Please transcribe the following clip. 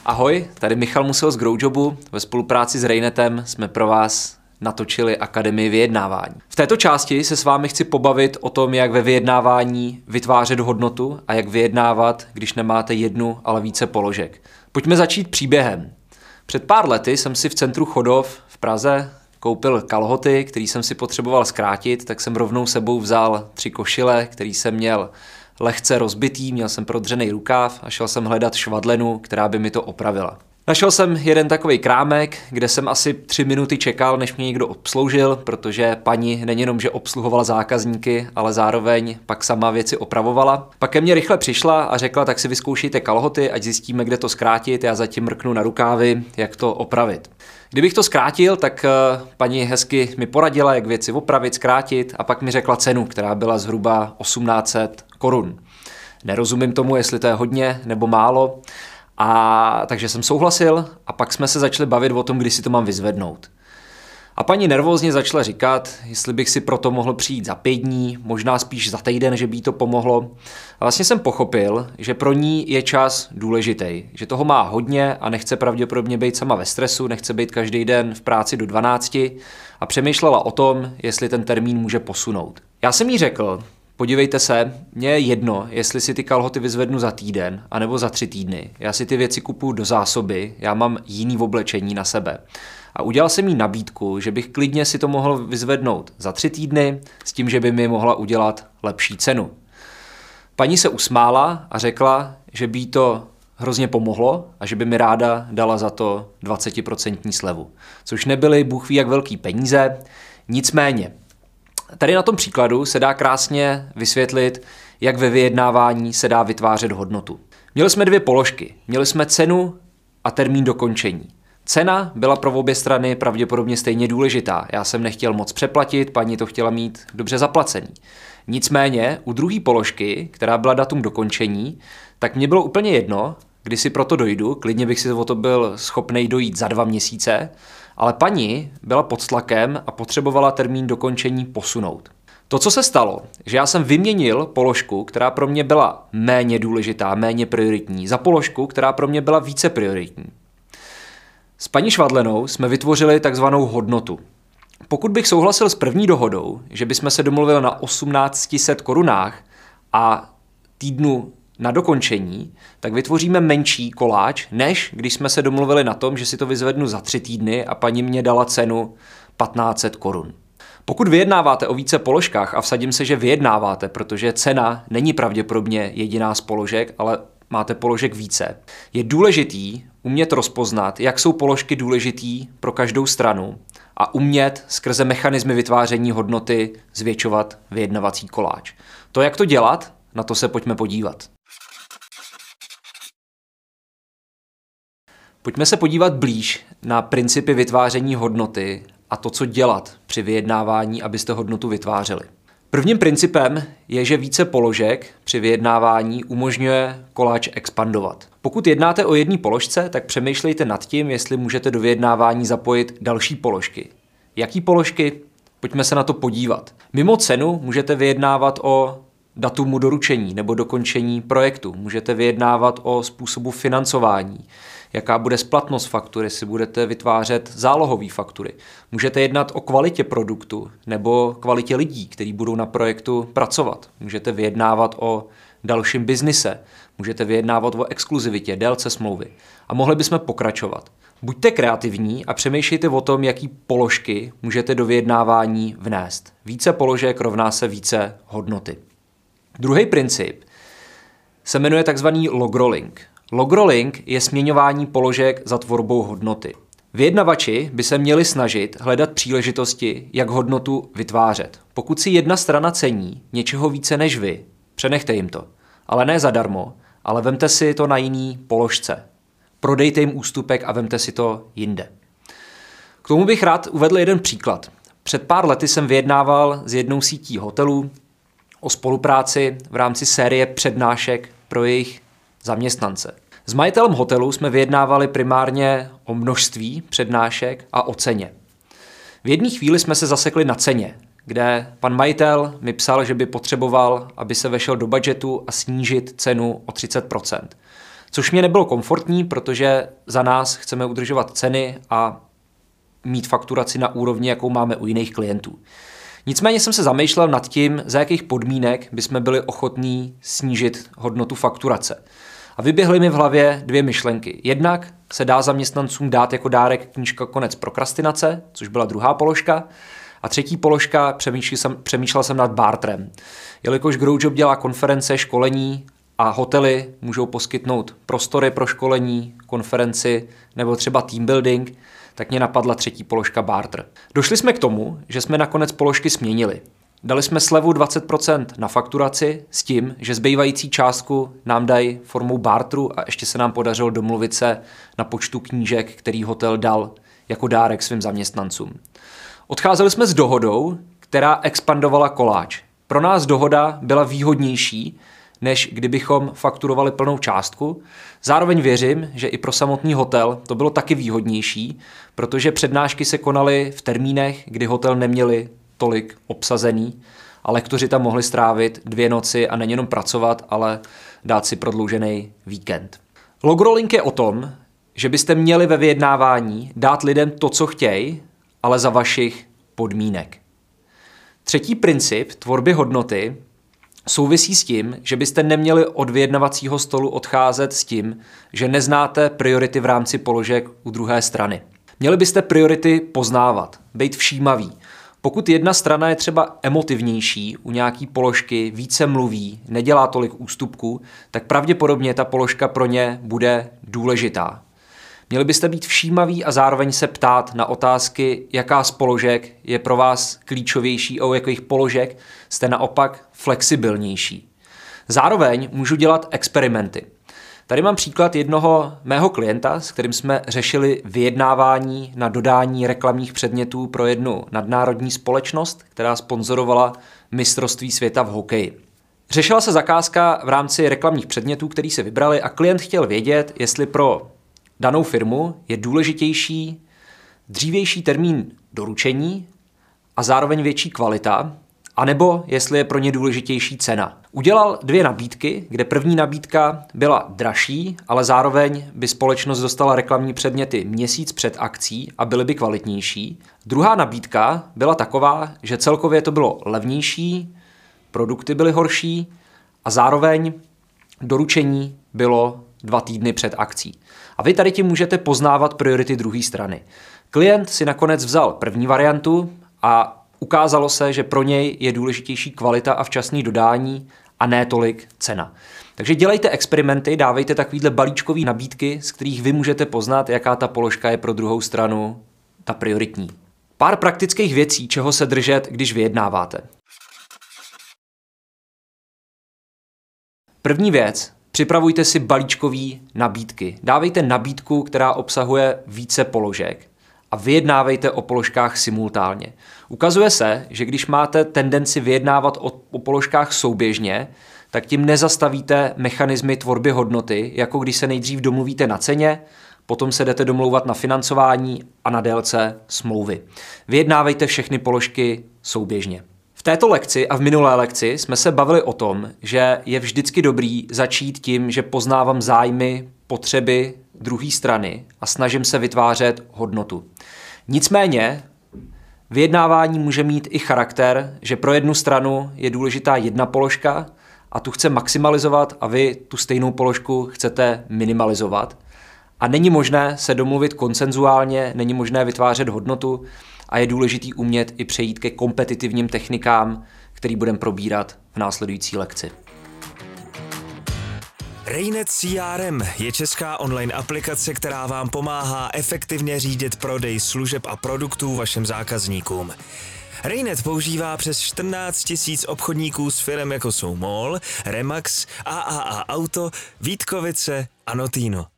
Ahoj, tady Michal Musil z Growjobu. Ve spolupráci s Rainetem jsme pro vás natočili Akademii vyjednávání. V této části se s vámi chci pobavit o tom, jak ve vyjednávání vytvářet hodnotu a jak vyjednávat, když nemáte jednu, ale více položek. Pojďme začít příběhem. Před pár lety jsem si v centru Chodov v Praze koupil kalhoty, který jsem si potřeboval zkrátit, tak jsem rovnou sebou vzal 3 košile, který jsem měl lehce rozbitý, měl jsem prodřený rukáv a šel jsem hledat švadlenu, která by mi to opravila. Našel jsem jeden takovej krámek, kde jsem asi 3 minuty čekal, než mě někdo obsloužil, protože paní nejenom, že obsluhovala zákazníky, ale zároveň pak sama věci opravovala. Pak ke mně rychle přišla a řekla, tak si vyzkoušejte kalhoty, ať zjistíme, kde to zkrátit, já zatím mrknu na rukávy, jak to opravit. Kdybych to zkrátil, tak paní hezky mi poradila, jak věci opravit, zkrátit a pak mi řekla cenu, která byla zhruba 1800 korun. Nerozumím tomu, jestli to je hodně nebo málo. Takže jsem souhlasil a pak jsme se začali bavit o tom, kdy si to mám vyzvednout. A paní nervózně začala říkat, jestli bych si proto mohl přijít za 5 dní, možná spíš za týden, že by jí to pomohlo. A vlastně jsem pochopil, že pro ní je čas důležitý, že toho má hodně a nechce pravděpodobně být sama ve stresu, nechce být každý den v práci do 12 a přemýšlela o tom, jestli ten termín může posunout. Já jsem jí řekl, podívejte se, mně je jedno, jestli si ty kalhoty vyzvednu za týden, anebo za 3 týdny. Já si ty věci kupuju do zásoby, já mám jiný oblečení na sebe. A udělal jsem jí nabídku, že bych klidně si to mohl vyzvednout za 3 týdny, s tím, že by mi mohla udělat lepší cenu. Paní se usmála a řekla, že by jí to hrozně pomohlo a že by mi ráda dala za to 20% slevu. Což nebyly bůh ví jak velký peníze, nicméně. Tady na tom příkladu se dá krásně vysvětlit, jak ve vyjednávání se dá vytvářet hodnotu. Měli jsme 2 položky. Měli jsme cenu a termín dokončení. Cena byla pro obě strany pravděpodobně stejně důležitá. Já jsem nechtěl moc přeplatit, paní to chtěla mít dobře zaplacený. Nicméně u druhé položky, která byla datum dokončení, tak mě bylo úplně jedno, kdy si proto dojdu, klidně bych si o to byl schopnej dojít za 2 měsíce, ale paní byla pod tlakem a potřebovala termín dokončení posunout. To, co se stalo, že já jsem vyměnil položku, která pro mě byla méně důležitá, méně prioritní, za položku, která pro mě byla více prioritní. S paní Švadlenou jsme vytvořili takzvanou hodnotu. Pokud bych souhlasil s první dohodou, že bychom se domluvili na 1800 korunách a týdnu na dokončení, tak vytvoříme menší koláč, než když jsme se domluvili na tom, že si to vyzvednu za 3 týdny a paní mě dala cenu 1500 korun. Pokud vyjednáváte o více položkách a vsadím se, že vyjednáváte, protože cena není pravděpodobně jediná z položek, ale máte položek více, je důležitý umět rozpoznat, jak jsou položky důležitý pro každou stranu a umět skrze mechanismy vytváření hodnoty zvětšovat vyjednavací koláč. To, jak to dělat, na to se pojďme podívat. Pojďme se podívat blíž na principy vytváření hodnoty a to, co dělat při vyjednávání, abyste hodnotu vytvářeli. Prvním principem je, že více položek při vyjednávání umožňuje koláč expandovat. Pokud jednáte o jedné položce, tak přemýšlejte nad tím, jestli můžete do vyjednávání zapojit další položky. Jaký položky? Pojďme se na to podívat. Mimo cenu můžete vyjednávat o datumu doručení nebo dokončení projektu. Můžete vyjednávat o způsobu financování, jaká bude splatnost faktury, jestli budete vytvářet zálohové faktury. Můžete jednat o kvalitě produktu nebo kvalitě lidí, kteří budou na projektu pracovat. Můžete vyjednávat o dalším biznise, můžete vyjednávat o exkluzivitě, délce smlouvy. A mohli bychom pokračovat. Buďte kreativní a přemýšlejte o tom, jaký položky můžete do vyjednávání vnést. Více položek rovná se více hodnoty. Druhý princip se jmenuje takzvaný logrolling. Logrolling je směňování položek za tvorbou hodnoty. Vyjednavači by se měli snažit hledat příležitosti, jak hodnotu vytvářet. Pokud si jedna strana cení něčeho více než vy, přenechte jim to. Ale ne zadarmo, ale vemte si to na jiný položce. Prodejte jim ústupek a vemte si to jinde. K tomu bych rád uvedl jeden příklad. Před pár lety jsem vyjednával s jednou sítí hotelů o spolupráci v rámci série přednášek pro jejich zaměstnance. S majitelem hotelu jsme vyjednávali primárně o množství přednášek a o ceně. V jedné chvíli jsme se zasekli na ceně, kde pan majitel mi psal, že by potřeboval, aby se vešel do budžetu a snížit cenu o 30%. Což mě nebylo komfortní, protože za nás chceme udržovat ceny a mít fakturaci na úrovni, jakou máme u jiných klientů. Nicméně jsem se zamýšlel nad tím, za jakých podmínek bychom byli ochotní snížit hodnotu fakturace. A vyběhly mi v hlavě dvě myšlenky. Jednak se dá zaměstnancům dát jako dárek knížka Konec prokrastinace, což byla druhá položka. A třetí položka, přemýšlel jsem nad barterem. Jelikož Growjob dělá konference, školení a hotely můžou poskytnout prostory pro školení, konferenci nebo třeba team building, tak mě napadla třetí položka barter. Došli jsme k tomu, že jsme nakonec položky směnili. Dali jsme slevu 20% na fakturaci s tím, že zbývající částku nám dají formou barteru a ještě se nám podařilo domluvit se na počtu knížek, který hotel dal jako dárek svým zaměstnancům. Odcházeli jsme s dohodou, která expandovala koláč. Pro nás dohoda byla výhodnější, než kdybychom fakturovali plnou částku. Zároveň věřím, že i pro samotný hotel to bylo taky výhodnější, protože přednášky se konaly v termínech, kdy hotel neměli tolik obsazený a lektoři tam mohli strávit 2 noci a nejenom pracovat, ale dát si prodloužený víkend. Logrolling je o tom, že byste měli ve vyjednávání dát lidem to, co chtějí, ale za vašich podmínek. Třetí princip tvorby hodnoty souvisí s tím, že byste neměli od vyjednavacího stolu odcházet s tím, že neznáte priority v rámci položek u druhé strany. Měli byste priority poznávat, být všímavý. Pokud jedna strana je třeba emotivnější, u nějaký položky více mluví, nedělá tolik ústupků, tak pravděpodobně ta položka pro ně bude důležitá. Měli byste být všímaví a zároveň se ptát na otázky, jaká z položek je pro vás klíčovější a u jakých položek jste naopak flexibilnější. Zároveň můžu dělat experimenty. Tady mám příklad jednoho mého klienta, s kterým jsme řešili vyjednávání na dodání reklamních předmětů pro jednu nadnárodní společnost, která sponzorovala mistrovství světa v hokeji. Řešila se zakázka v rámci reklamních předmětů, který se vybrali a klient chtěl vědět, jestli pro danou firmu je důležitější dřívější termín doručení a zároveň větší kvalita, anebo jestli je pro ně důležitější cena. Udělal 2 nabídky, kde první nabídka byla dražší, ale zároveň by společnost dostala reklamní předměty měsíc před akcí a byly by kvalitnější. Druhá nabídka byla taková, že celkově to bylo levnější, produkty byly horší a zároveň doručení bylo 2 týdny před akcí. A vy tady tím můžete poznávat priority druhé strany. Klient si nakonec vzal první variantu a ukázalo se, že pro něj je důležitější kvalita a včasné dodání a ne tolik cena. Takže dělejte experimenty, dávejte takovýhle balíčkové nabídky, z kterých vy můžete poznat, jaká ta položka je pro druhou stranu ta prioritní. Pár praktických věcí, čeho se držet, když vyjednáváte. První věc. Připravujte si balíčkové nabídky. Dávejte nabídku, která obsahuje více položek a vyjednávejte o položkách simultánně. Ukazuje se, že když máte tendenci vyjednávat o položkách souběžně, tak tím nezastavíte mechanismy tvorby hodnoty, jako když se nejdřív domluvíte na ceně, potom se jdete domlouvat na financování a na délce smlouvy. Vyjednávejte všechny položky souběžně. V této lekci a v minulé lekci jsme se bavili o tom, že je vždycky dobrý začít tím, že poznávám zájmy, potřeby druhé strany a snažím se vytvářet hodnotu. Nicméně vyjednávání může mít i charakter, že pro jednu stranu je důležitá jedna položka a tu chce maximalizovat a vy tu stejnou položku chcete minimalizovat. A není možné se domluvit konsenzuálně, není možné vytvářet hodnotu a je důležitý umět i přejít ke kompetitivním technikám, který budeme probírat v následující lekci. Rainet CRM je česká online aplikace, která vám pomáhá efektivně řídit prodej služeb a produktů vašim zákazníkům. Rainet používá přes 14 000 obchodníků s firem jako jsou MOL, Remax, AAA Auto, Vítkovice a Notino.